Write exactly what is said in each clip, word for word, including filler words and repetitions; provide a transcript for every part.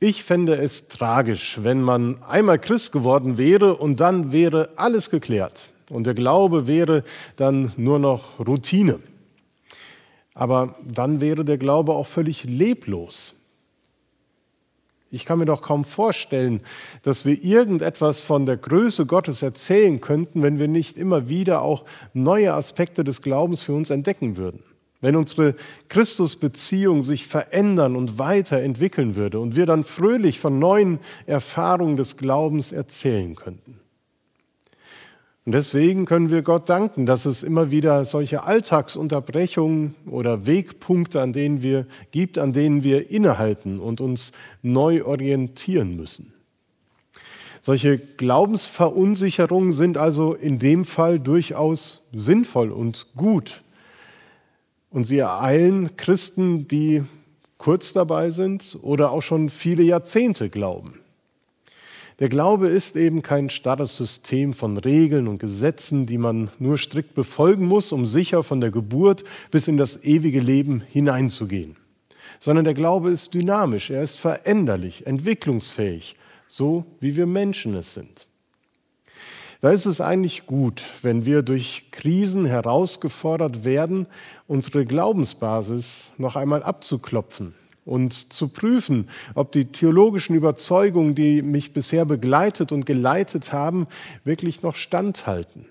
Ich fände es tragisch, wenn man einmal Christ geworden wäre und dann wäre alles geklärt und der Glaube wäre dann nur noch Routine. Aber dann wäre der Glaube auch völlig leblos. Ich kann mir doch kaum vorstellen, dass wir irgendetwas von der Größe Gottes erzählen könnten, wenn wir nicht immer wieder auch neue Aspekte des Glaubens für uns entdecken würden. Wenn unsere Christusbeziehung sich verändern und weiterentwickeln würde und wir dann fröhlich von neuen Erfahrungen des Glaubens erzählen könnten. Und deswegen können wir Gott danken, dass es immer wieder solche Alltagsunterbrechungen oder Wegpunkte an denen wir, gibt, an denen wir innehalten und uns neu orientieren müssen. Solche Glaubensverunsicherungen sind also in dem Fall durchaus sinnvoll und gut. Und sie ereilen Christen, die kurz dabei sind oder auch schon viele Jahrzehnte glauben. Der Glaube ist eben kein starres System von Regeln und Gesetzen, die man nur strikt befolgen muss, um sicher von der Geburt bis in das ewige Leben hineinzugehen. Sondern der Glaube ist dynamisch, er ist veränderlich, entwicklungsfähig, so wie wir Menschen es sind. Da ist es eigentlich gut, wenn wir durch Krisen herausgefordert werden, unsere Glaubensbasis noch einmal abzuklopfen und zu prüfen, ob die theologischen Überzeugungen, die mich bisher begleitet und geleitet haben, wirklich noch standhalten.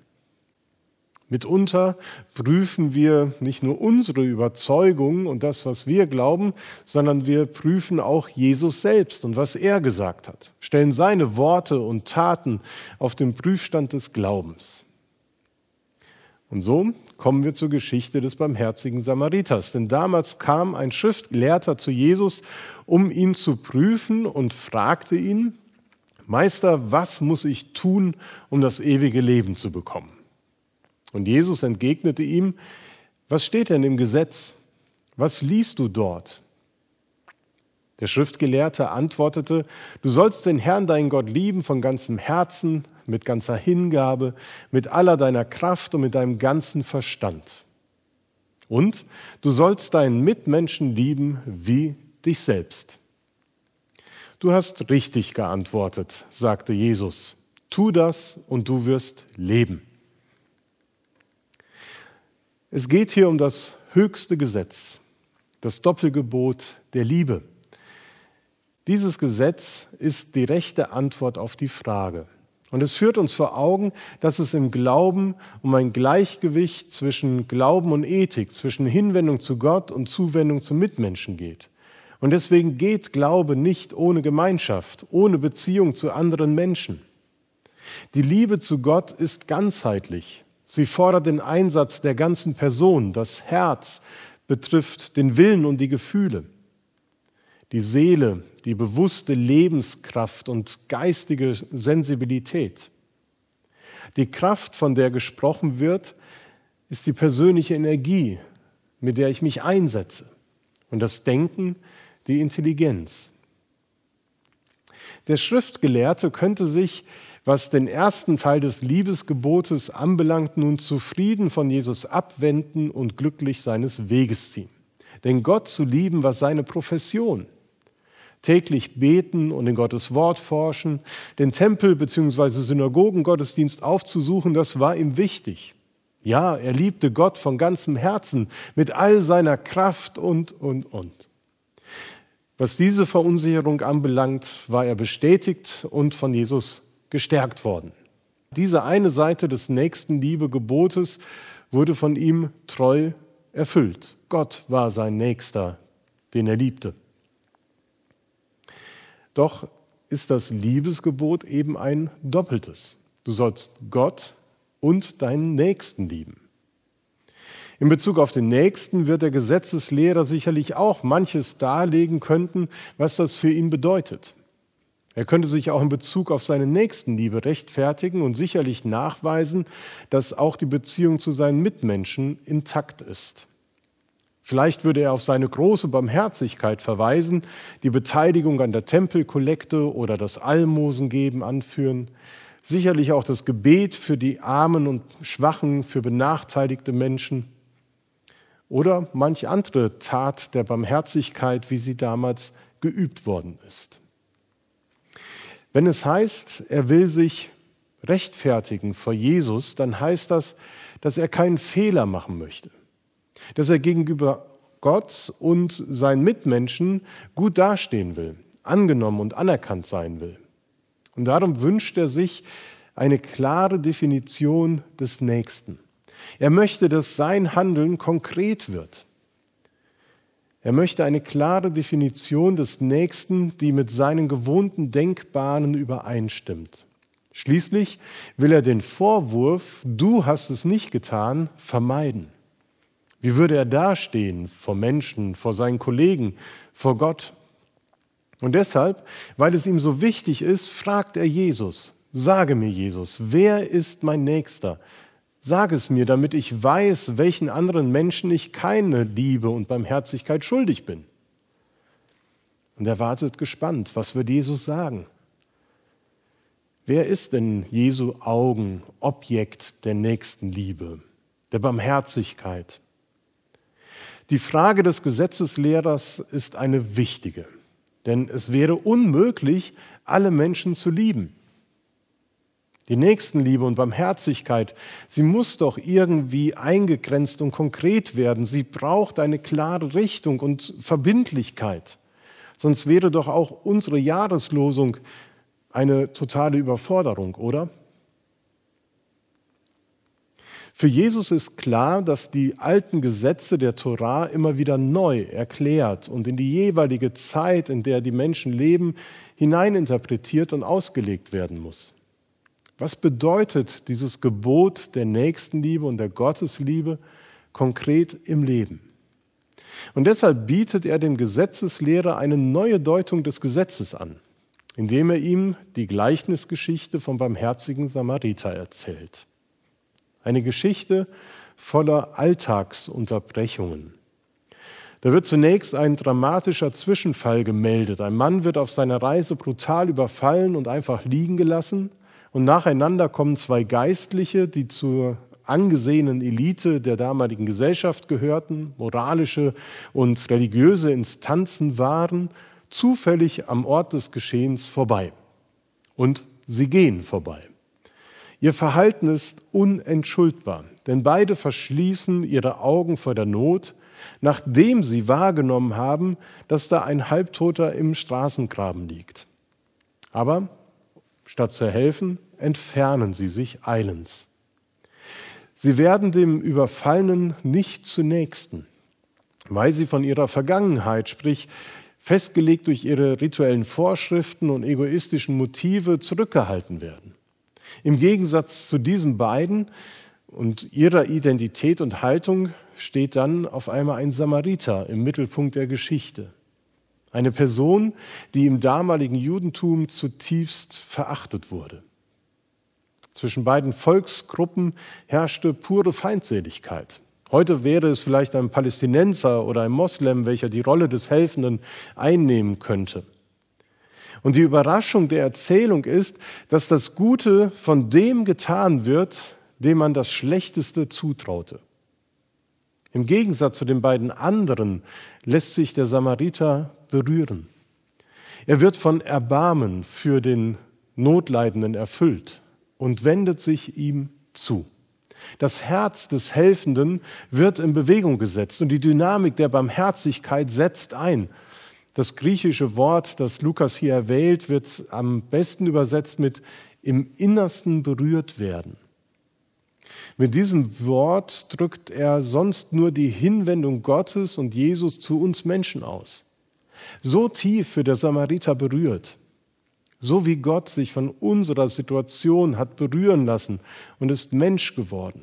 Mitunter prüfen wir nicht nur unsere Überzeugungen und das, was wir glauben, sondern wir prüfen auch Jesus selbst und was er gesagt hat, stellen seine Worte und Taten auf den Prüfstand des Glaubens. Und so kommen wir zur Geschichte des barmherzigen Samariters. Denn damals kam ein Schriftgelehrter zu Jesus, um ihn zu prüfen und fragte ihn: Meister, was muss ich tun, um das ewige Leben zu bekommen? Und Jesus entgegnete ihm: Was steht denn im Gesetz? Was liest du dort? Der Schriftgelehrte antwortete: Du sollst den Herrn, deinen Gott, lieben von ganzem Herzen, mit ganzer Hingabe, mit aller deiner Kraft und mit deinem ganzen Verstand. Und du sollst deinen Mitmenschen lieben wie dich selbst. Du hast richtig geantwortet, sagte Jesus. Tu das und du wirst leben. Es geht hier um das höchste Gesetz, das Doppelgebot der Liebe. Dieses Gesetz ist die rechte Antwort auf die Frage. Und es führt uns vor Augen, dass es im Glauben um ein Gleichgewicht zwischen Glauben und Ethik, zwischen Hinwendung zu Gott und Zuwendung zum Mitmenschen geht. Und deswegen geht Glaube nicht ohne Gemeinschaft, ohne Beziehung zu anderen Menschen. Die Liebe zu Gott ist ganzheitlich. Sie fordert den Einsatz der ganzen Person. Das Herz betrifft den Willen und die Gefühle. Die Seele, die bewusste Lebenskraft und geistige Sensibilität. Die Kraft, von der gesprochen wird, ist die persönliche Energie, mit der ich mich einsetze. Und das Denken, die Intelligenz. Der Schriftgelehrte könnte sich, was den ersten Teil des Liebesgebotes anbelangt, nun zufrieden von Jesus abwenden und glücklich seines Weges ziehen. Denn Gott zu lieben war seine Profession. Täglich beten und in Gottes Wort forschen, den Tempel bzw. Synagogengottesdienst aufzusuchen, das war ihm wichtig. Ja, er liebte Gott von ganzem Herzen, mit all seiner Kraft und, und, und. Was diese Verunsicherung anbelangt, war er bestätigt und von Jesus gestärkt worden. Diese eine Seite des Nächstenliebe-Gebotes wurde von ihm treu erfüllt. Gott war sein Nächster, den er liebte. Doch ist das Liebesgebot eben ein doppeltes. Du sollst Gott und deinen Nächsten lieben. In Bezug auf den Nächsten wird der Gesetzeslehrer sicherlich auch manches darlegen können, was das für ihn bedeutet. Er könnte sich auch in Bezug auf seine Nächstenliebe rechtfertigen und sicherlich nachweisen, dass auch die Beziehung zu seinen Mitmenschen intakt ist. Vielleicht würde er auf seine große Barmherzigkeit verweisen, die Beteiligung an der Tempelkollekte oder das Almosengeben anführen, sicherlich auch das Gebet für die Armen und Schwachen, für benachteiligte Menschen oder manch andere Tat der Barmherzigkeit, wie sie damals geübt worden ist. Wenn es heißt, er will sich rechtfertigen vor Jesus, dann heißt das, dass er keinen Fehler machen möchte, dass er gegenüber Gott und seinen Mitmenschen gut dastehen will, angenommen und anerkannt sein will. Und darum wünscht er sich eine klare Definition des Nächsten. Er möchte, dass sein Handeln konkret wird. Er möchte eine klare Definition des Nächsten, die mit seinen gewohnten Denkbahnen übereinstimmt. Schließlich will er den Vorwurf, du hast es nicht getan, vermeiden. Wie würde er dastehen vor Menschen, vor seinen Kollegen, vor Gott? Und deshalb, weil es ihm so wichtig ist, fragt er Jesus, sage mir Jesus, wer ist mein Nächster? Sag es mir, damit ich weiß, welchen anderen Menschen ich keine Liebe und Barmherzigkeit schuldig bin. Und er wartet gespannt, was wird Jesus sagen? Wer ist denn Jesu Augen Objekt der Nächstenliebe, der Barmherzigkeit? Die Frage des Gesetzeslehrers ist eine wichtige, denn es wäre unmöglich, alle Menschen zu lieben. Die Nächstenliebe und Barmherzigkeit, sie muss doch irgendwie eingegrenzt und konkret werden. Sie braucht eine klare Richtung und Verbindlichkeit. Sonst wäre doch auch unsere Jahreslosung eine totale Überforderung, oder? Für Jesus ist klar, dass die alten Gesetze der Tora immer wieder neu erklärt und in die jeweilige Zeit, in der die Menschen leben, hineininterpretiert und ausgelegt werden muss. Was bedeutet dieses Gebot der Nächstenliebe und der Gottesliebe konkret im Leben? Und deshalb bietet er dem Gesetzeslehrer eine neue Deutung des Gesetzes an, indem er ihm die Gleichnisgeschichte vom barmherzigen Samariter erzählt. Eine Geschichte voller Alltagsunterbrechungen. Da wird zunächst ein dramatischer Zwischenfall gemeldet. Ein Mann wird auf seiner Reise brutal überfallen und einfach liegen gelassen. Und nacheinander kommen zwei Geistliche, die zur angesehenen Elite der damaligen Gesellschaft gehörten, moralische und religiöse Instanzen waren, zufällig am Ort des Geschehens vorbei. Und sie gehen vorbei. Ihr Verhalten ist unentschuldbar, denn beide verschließen ihre Augen vor der Not, nachdem sie wahrgenommen haben, dass da ein Halbtoter im Straßengraben liegt. Aber statt zu helfen, entfernen sie sich eilends. Sie werden dem Überfallenen nicht zu Nächsten, weil sie von ihrer Vergangenheit, sprich festgelegt durch ihre rituellen Vorschriften und egoistischen Motive, zurückgehalten werden. Im Gegensatz zu diesen beiden und ihrer Identität und Haltung steht dann auf einmal ein Samariter im Mittelpunkt der Geschichte. Eine Person, die im damaligen Judentum zutiefst verachtet wurde. Zwischen beiden Volksgruppen herrschte pure Feindseligkeit. Heute wäre es vielleicht ein Palästinenser oder ein Moslem, welcher die Rolle des Helfenden einnehmen könnte. Und die Überraschung der Erzählung ist, dass das Gute von dem getan wird, dem man das Schlechteste zutraute. Im Gegensatz zu den beiden anderen lässt sich der Samariter berühren. Er wird von Erbarmen für den Notleidenden erfüllt und wendet sich ihm zu. Das Herz des Helfenden wird in Bewegung gesetzt und die Dynamik der Barmherzigkeit setzt ein. Das griechische Wort, das Lukas hier erwählt, wird am besten übersetzt mit im Innersten berührt werden. Mit diesem Wort drückt er sonst nur die Hinwendung Gottes und Jesus zu uns Menschen aus. So tief wird der Samariter berührt, so wie Gott sich von unserer Situation hat berühren lassen und ist Mensch geworden.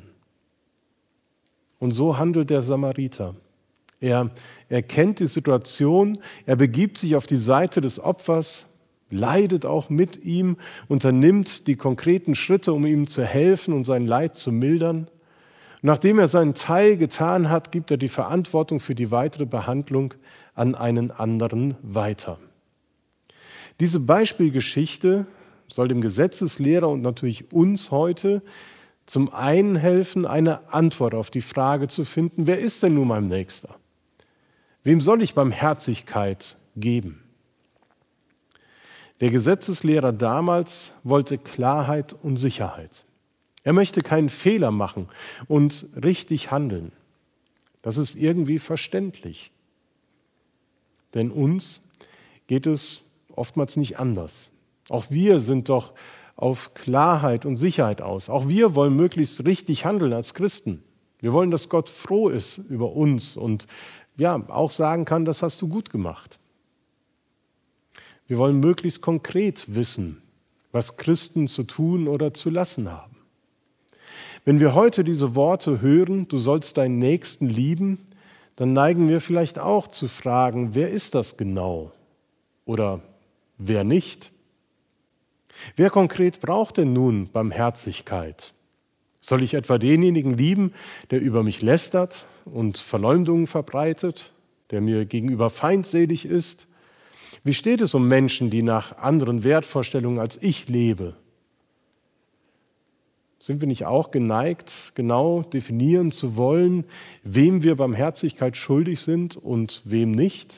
Und so handelt der Samariter. Er erkennt die Situation, er begibt sich auf die Seite des Opfers, leidet auch mit ihm, unternimmt die konkreten Schritte, um ihm zu helfen und sein Leid zu mildern. Nachdem er seinen Teil getan hat, gibt er die Verantwortung für die weitere Behandlung an einen anderen weiter. Diese Beispielgeschichte soll dem Gesetzeslehrer und natürlich uns heute zum einen helfen, eine Antwort auf die Frage zu finden, wer ist denn nun mein Nächster? Wem soll ich Barmherzigkeit geben? Der Gesetzeslehrer damals wollte Klarheit und Sicherheit. Er möchte keinen Fehler machen und richtig handeln. Das ist irgendwie verständlich. Denn uns geht es oftmals nicht anders. Auch wir sind doch auf Klarheit und Sicherheit aus. Auch wir wollen möglichst richtig handeln als Christen. Wir wollen, dass Gott froh ist über uns und ja, auch sagen kann, das hast du gut gemacht. Wir wollen möglichst konkret wissen, was Christen zu tun oder zu lassen haben. Wenn wir heute diese Worte hören, du sollst deinen Nächsten lieben, dann neigen wir vielleicht auch zu fragen, wer ist das genau oder wer nicht? Wer konkret braucht denn nun Barmherzigkeit? Soll ich etwa denjenigen lieben, der über mich lästert und Verleumdungen verbreitet, der mir gegenüber feindselig ist? Wie steht es um Menschen, die nach anderen Wertvorstellungen als ich lebe? Sind wir nicht auch geneigt, genau definieren zu wollen, wem wir Barmherzigkeit schuldig sind und wem nicht?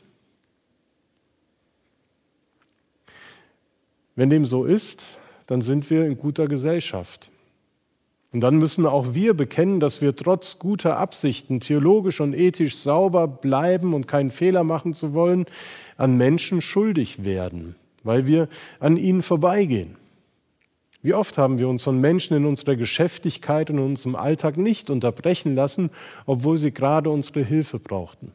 Wenn dem so ist, dann sind wir in guter Gesellschaft. Und dann müssen auch wir bekennen, dass wir trotz guter Absichten, theologisch und ethisch sauber bleiben und keinen Fehler machen zu wollen, an Menschen schuldig werden, weil wir an ihnen vorbeigehen. Wie oft haben wir uns von Menschen in unserer Geschäftigkeit und in unserem Alltag nicht unterbrechen lassen, obwohl sie gerade unsere Hilfe brauchten?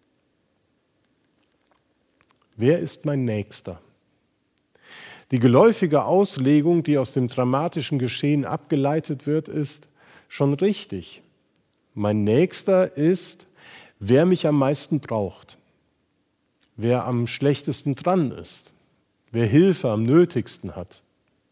Wer ist mein Nächster? Die geläufige Auslegung, die aus dem dramatischen Geschehen abgeleitet wird, ist schon richtig. Mein Nächster ist, wer mich am meisten braucht, wer am schlechtesten dran ist, wer Hilfe am nötigsten hat.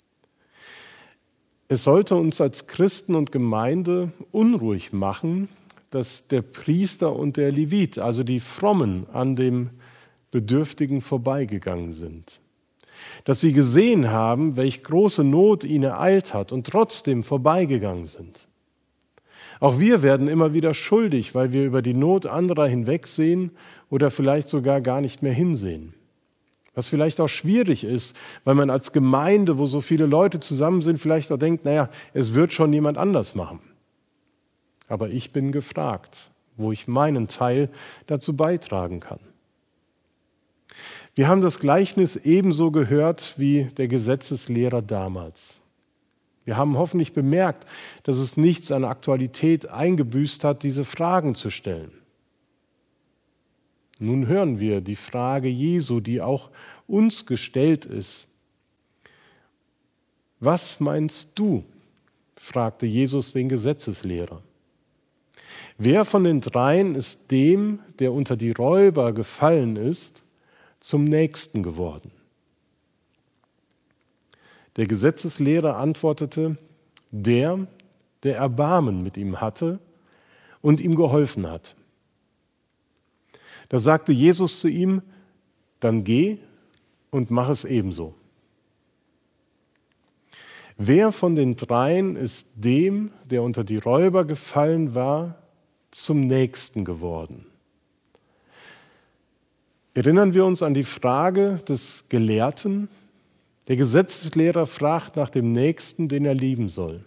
Es sollte uns als Christen und Gemeinde unruhig machen, dass der Priester und der Levit, also die Frommen, an dem Bedürftigen vorbeigegangen sind. Dass sie gesehen haben, welch große Not ihn ereilt hat und trotzdem vorbeigegangen sind. Auch wir werden immer wieder schuldig, weil wir über die Not anderer hinwegsehen oder vielleicht sogar gar nicht mehr hinsehen. Was vielleicht auch schwierig ist, weil man als Gemeinde, wo so viele Leute zusammen sind, vielleicht auch denkt, naja, es wird schon jemand anders machen. Aber ich bin gefragt, wo ich meinen Teil dazu beitragen kann. Wir haben das Gleichnis ebenso gehört wie der Gesetzeslehrer damals. Wir haben hoffentlich bemerkt, dass es nichts an Aktualität eingebüßt hat, diese Fragen zu stellen. Nun hören wir die Frage Jesu, die auch uns gestellt ist. Was meinst du? Fragte Jesus den Gesetzeslehrer. Wer von den dreien ist dem, der unter die Räuber gefallen ist, zum Nächsten geworden? Der Gesetzeslehrer antwortete, der, der Erbarmen mit ihm hatte und ihm geholfen hat. Da sagte Jesus zu ihm, dann geh und mach es ebenso. Wer von den dreien ist dem, der unter die Räuber gefallen war, zum Nächsten geworden? Erinnern wir uns an die Frage des Gelehrten. Der Gesetzeslehrer fragt nach dem Nächsten, den er lieben soll.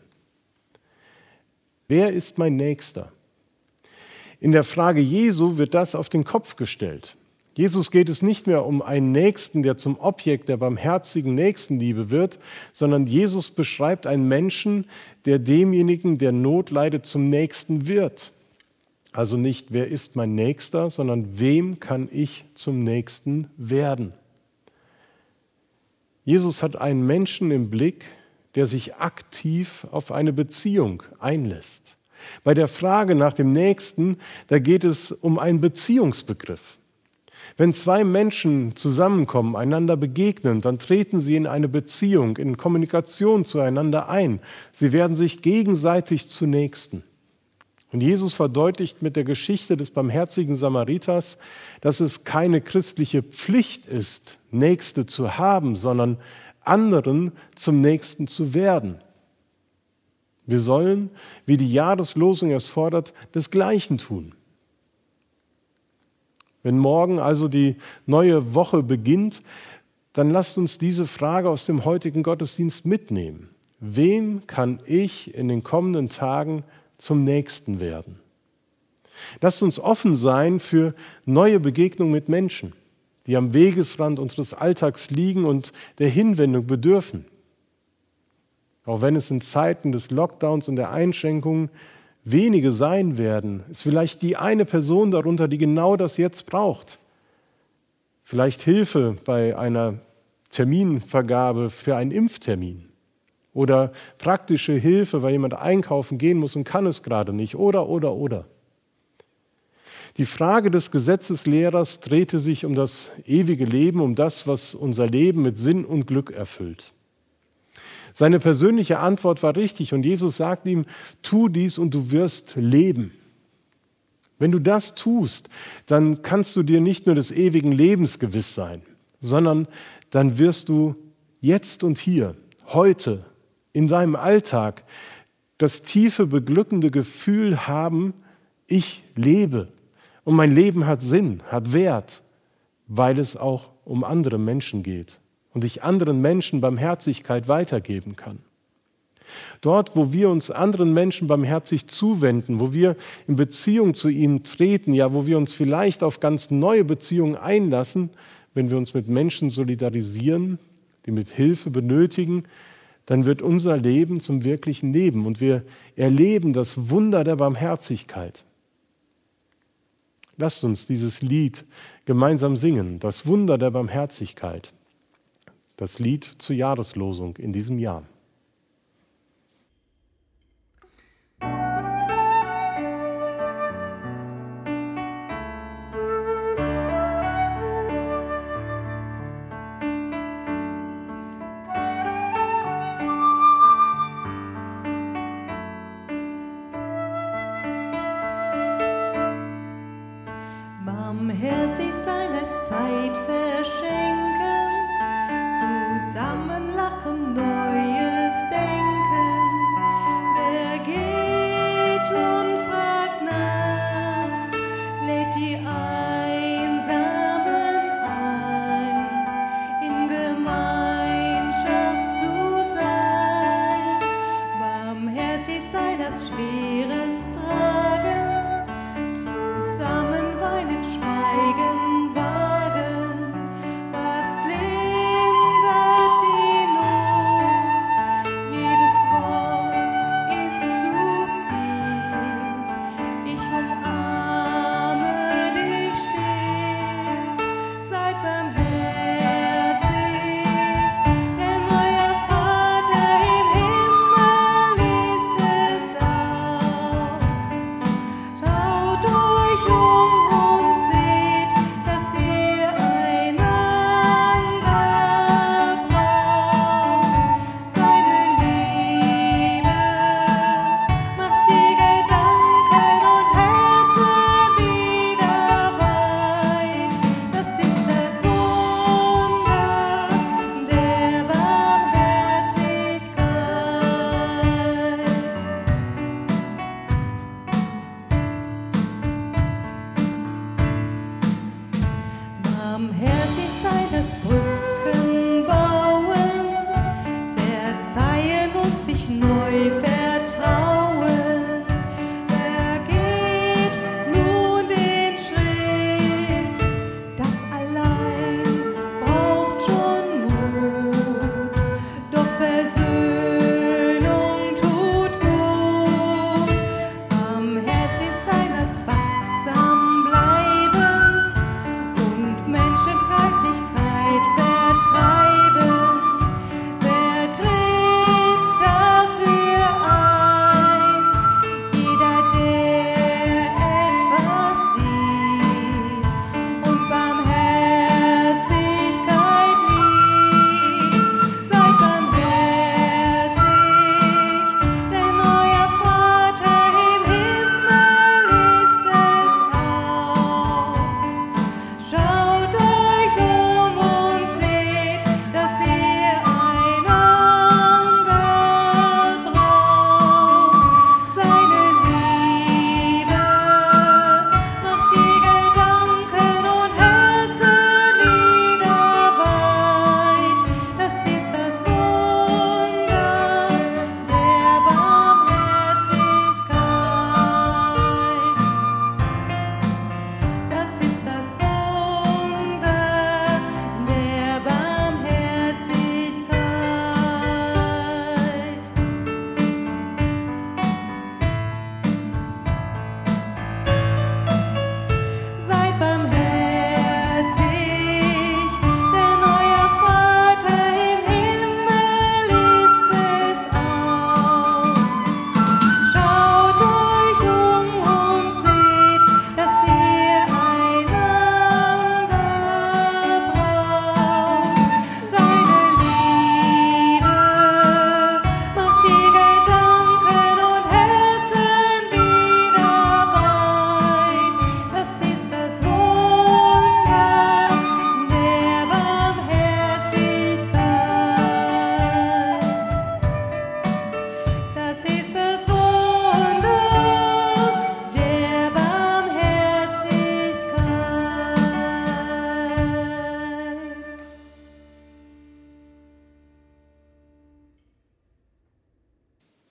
Wer ist mein Nächster? In der Frage Jesu wird das auf den Kopf gestellt. Jesus geht es nicht mehr um einen Nächsten, der zum Objekt der barmherzigen Nächstenliebe wird, sondern Jesus beschreibt einen Menschen, der demjenigen, der Not leidet, zum Nächsten wird. Also nicht, wer ist mein Nächster, sondern wem kann ich zum Nächsten werden? Jesus hat einen Menschen im Blick, der sich aktiv auf eine Beziehung einlässt. Bei der Frage nach dem Nächsten, da geht es um einen Beziehungsbegriff. Wenn zwei Menschen zusammenkommen, einander begegnen, dann treten sie in eine Beziehung, in Kommunikation zueinander ein. Sie werden sich gegenseitig zu Nächsten. Und Jesus verdeutlicht mit der Geschichte des barmherzigen Samariters, dass es keine christliche Pflicht ist, Nächste zu haben, sondern anderen zum Nächsten zu werden. Wir sollen, wie die Jahreslosung es fordert, desgleichen tun. Wenn morgen also die neue Woche beginnt, dann lasst uns diese Frage aus dem heutigen Gottesdienst mitnehmen. Wem kann ich in den kommenden Tagen zum Nächsten werden? Lasst uns offen sein für neue Begegnungen mit Menschen, die am Wegesrand unseres Alltags liegen und der Hinwendung bedürfen. Auch wenn es in Zeiten des Lockdowns und der Einschränkungen wenige sein werden, ist vielleicht die eine Person darunter, die genau das jetzt braucht. Vielleicht Hilfe bei einer Terminvergabe für einen Impftermin oder praktische Hilfe, weil jemand einkaufen gehen muss und kann es gerade nicht oder, oder, oder. Die Frage des Gesetzeslehrers drehte sich um das ewige Leben, um das, was unser Leben mit Sinn und Glück erfüllt. Seine persönliche Antwort war richtig und Jesus sagt ihm, tu dies und du wirst leben. Wenn du das tust, dann kannst du dir nicht nur des ewigen Lebens gewiss sein, sondern dann wirst du jetzt und hier, heute, in deinem Alltag das tiefe, beglückende Gefühl haben, ich lebe. Und mein Leben hat Sinn, hat Wert, weil es auch um andere Menschen geht und ich anderen Menschen Barmherzigkeit weitergeben kann. Dort, wo wir uns anderen Menschen barmherzig zuwenden, wo wir in Beziehung zu ihnen treten, ja, wo wir uns vielleicht auf ganz neue Beziehungen einlassen, wenn wir uns mit Menschen solidarisieren, die mit Hilfe benötigen, dann wird unser Leben zum wirklichen Leben und wir erleben das Wunder der Barmherzigkeit. Lasst uns dieses Lied gemeinsam singen, das Wunder der Barmherzigkeit, das Lied zur Jahreslosung in diesem Jahr. Barmherzig sein als Zeit verschenken, zusammen lachen, neue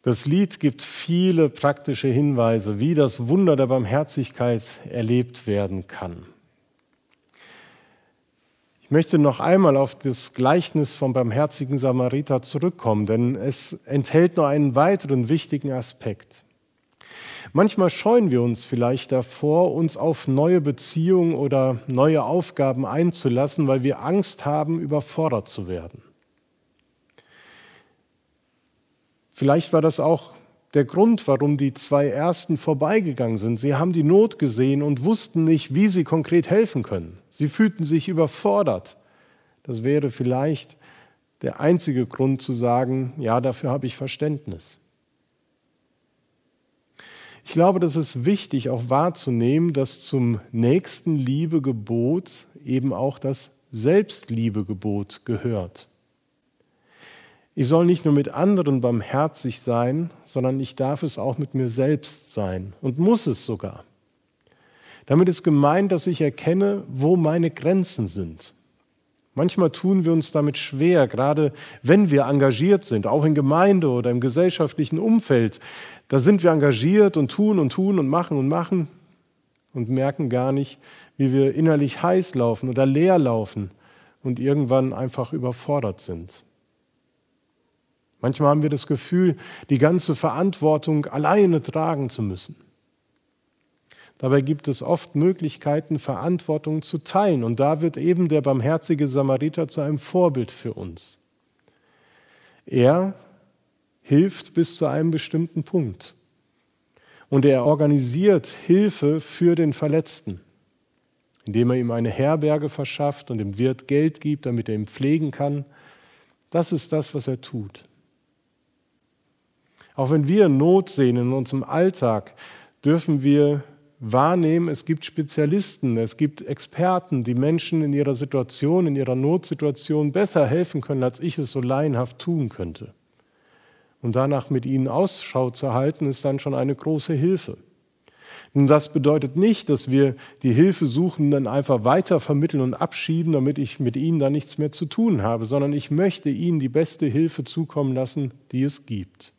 Das Lied gibt viele praktische Hinweise, wie das Wunder der Barmherzigkeit erlebt werden kann. Ich möchte noch einmal auf das Gleichnis vom barmherzigen Samariter zurückkommen, denn es enthält noch einen weiteren wichtigen Aspekt. Manchmal scheuen wir uns vielleicht davor, uns auf neue Beziehungen oder neue Aufgaben einzulassen, weil wir Angst haben, überfordert zu werden. Vielleicht war das auch der Grund, warum die zwei Ersten vorbeigegangen sind. Sie haben die Not gesehen und wussten nicht, wie sie konkret helfen können. Sie fühlten sich überfordert. Das wäre vielleicht der einzige Grund zu sagen, ja, dafür habe ich Verständnis. Ich glaube, das ist wichtig, auch wahrzunehmen, dass zum Nächstenliebegebot eben auch das Selbstliebegebot gehört. Ich soll nicht nur mit anderen barmherzig sein, sondern ich darf es auch mit mir selbst sein und muss es sogar. Damit ist gemeint, dass ich erkenne, wo meine Grenzen sind. Manchmal tun wir uns damit schwer, gerade wenn wir engagiert sind, auch in Gemeinde oder im gesellschaftlichen Umfeld. Da sind wir engagiert und tun und tun und machen und machen und merken gar nicht, wie wir innerlich heiß laufen oder leer laufen und irgendwann einfach überfordert sind. Manchmal haben wir das Gefühl, die ganze Verantwortung alleine tragen zu müssen. Dabei gibt es oft Möglichkeiten, Verantwortung zu teilen. Und da wird eben der barmherzige Samariter zu einem Vorbild für uns. Er hilft bis zu einem bestimmten Punkt. Und er organisiert Hilfe für den Verletzten, indem er ihm eine Herberge verschafft und dem Wirt Geld gibt, damit er ihn pflegen kann. Das ist das, was er tut. Auch wenn wir Not sehen in unserem Alltag, dürfen wir wahrnehmen, es gibt Spezialisten, es gibt Experten, die Menschen in ihrer Situation, in ihrer Notsituation besser helfen können, als ich es so laienhaft tun könnte. Und danach mit ihnen Ausschau zu halten, ist dann schon eine große Hilfe. Und das bedeutet nicht, dass wir die Hilfesuchenden einfach weitervermitteln und abschieben, damit ich mit ihnen dann nichts mehr zu tun habe, sondern ich möchte ihnen die beste Hilfe zukommen lassen, die es gibt.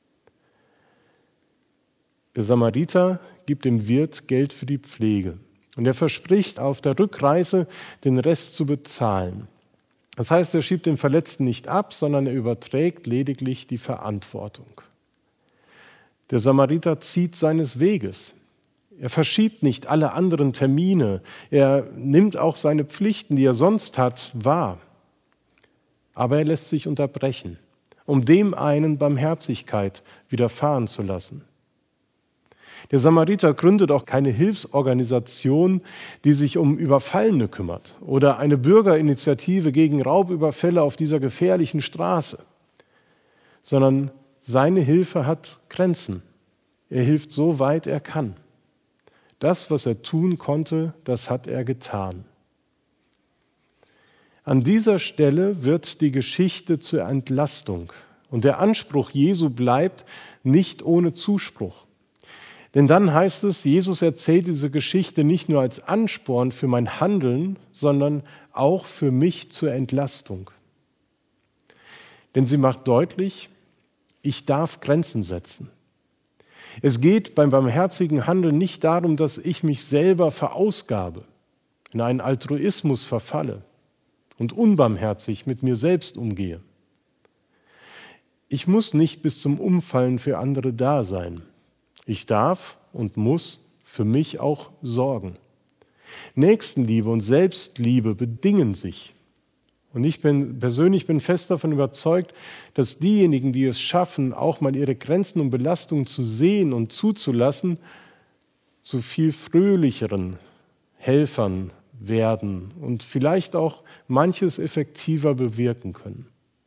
Der Samariter gibt dem Wirt Geld für die Pflege und er verspricht, auf der Rückreise den Rest zu bezahlen. Das heißt, er schiebt den Verletzten nicht ab, sondern er überträgt lediglich die Verantwortung. Der Samariter zieht seines Weges. Er verschiebt nicht alle anderen Termine. Er nimmt auch seine Pflichten, die er sonst hat, wahr. Aber er lässt sich unterbrechen, um dem einen Barmherzigkeit widerfahren zu lassen. Der Samariter gründet auch keine Hilfsorganisation, die sich um Überfallene kümmert oder eine Bürgerinitiative gegen Raubüberfälle auf dieser gefährlichen Straße, sondern seine Hilfe hat Grenzen. Er hilft so weit er kann. Das, was er tun konnte, das hat er getan. An dieser Stelle wird die Geschichte zur Entlastung und der Anspruch Jesu bleibt nicht ohne Zuspruch. Denn dann heißt es, Jesus erzählt diese Geschichte nicht nur als Ansporn für mein Handeln, sondern auch für mich zur Entlastung. Denn sie macht deutlich, ich darf Grenzen setzen. Es geht beim barmherzigen Handeln nicht darum, dass ich mich selber verausgabe, in einen Altruismus verfalle und unbarmherzig mit mir selbst umgehe. Ich muss nicht bis zum Umfallen für andere da sein. Ich darf und muss für mich auch sorgen. Nächstenliebe und Selbstliebe bedingen sich. Und ich bin persönlich bin fest davon überzeugt, dass diejenigen, die es schaffen, auch mal ihre Grenzen und Belastungen zu sehen und zuzulassen, zu viel fröhlicheren Helfern werden und vielleicht auch manches effektiver bewirken können.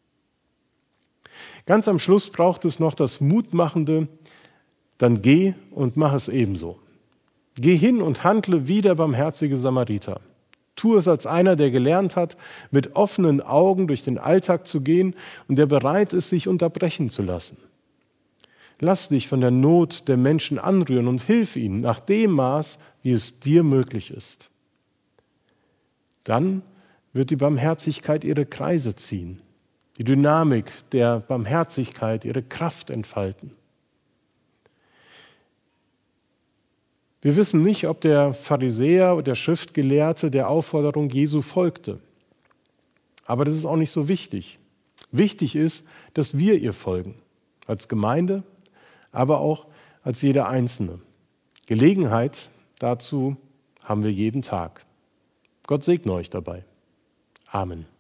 Ganz am Schluss braucht es noch das Mutmachende: Dann geh und mach es ebenso. Geh hin und handle wie der barmherzige Samariter. Tu es als einer, der gelernt hat, mit offenen Augen durch den Alltag zu gehen und der bereit ist, sich unterbrechen zu lassen. Lass dich von der Not der Menschen anrühren und hilf ihnen nach dem Maß, wie es dir möglich ist. Dann wird die Barmherzigkeit ihre Kreise ziehen. die Dynamik der Barmherzigkeit ihre Kraft entfalten. Wir wissen nicht, ob der Pharisäer oder der Schriftgelehrte der Aufforderung Jesu folgte. Aber das ist auch nicht so wichtig. Wichtig ist, dass wir ihr folgen, als Gemeinde, aber auch als jeder Einzelne. Gelegenheit dazu haben wir jeden Tag. Gott segne euch dabei. Amen.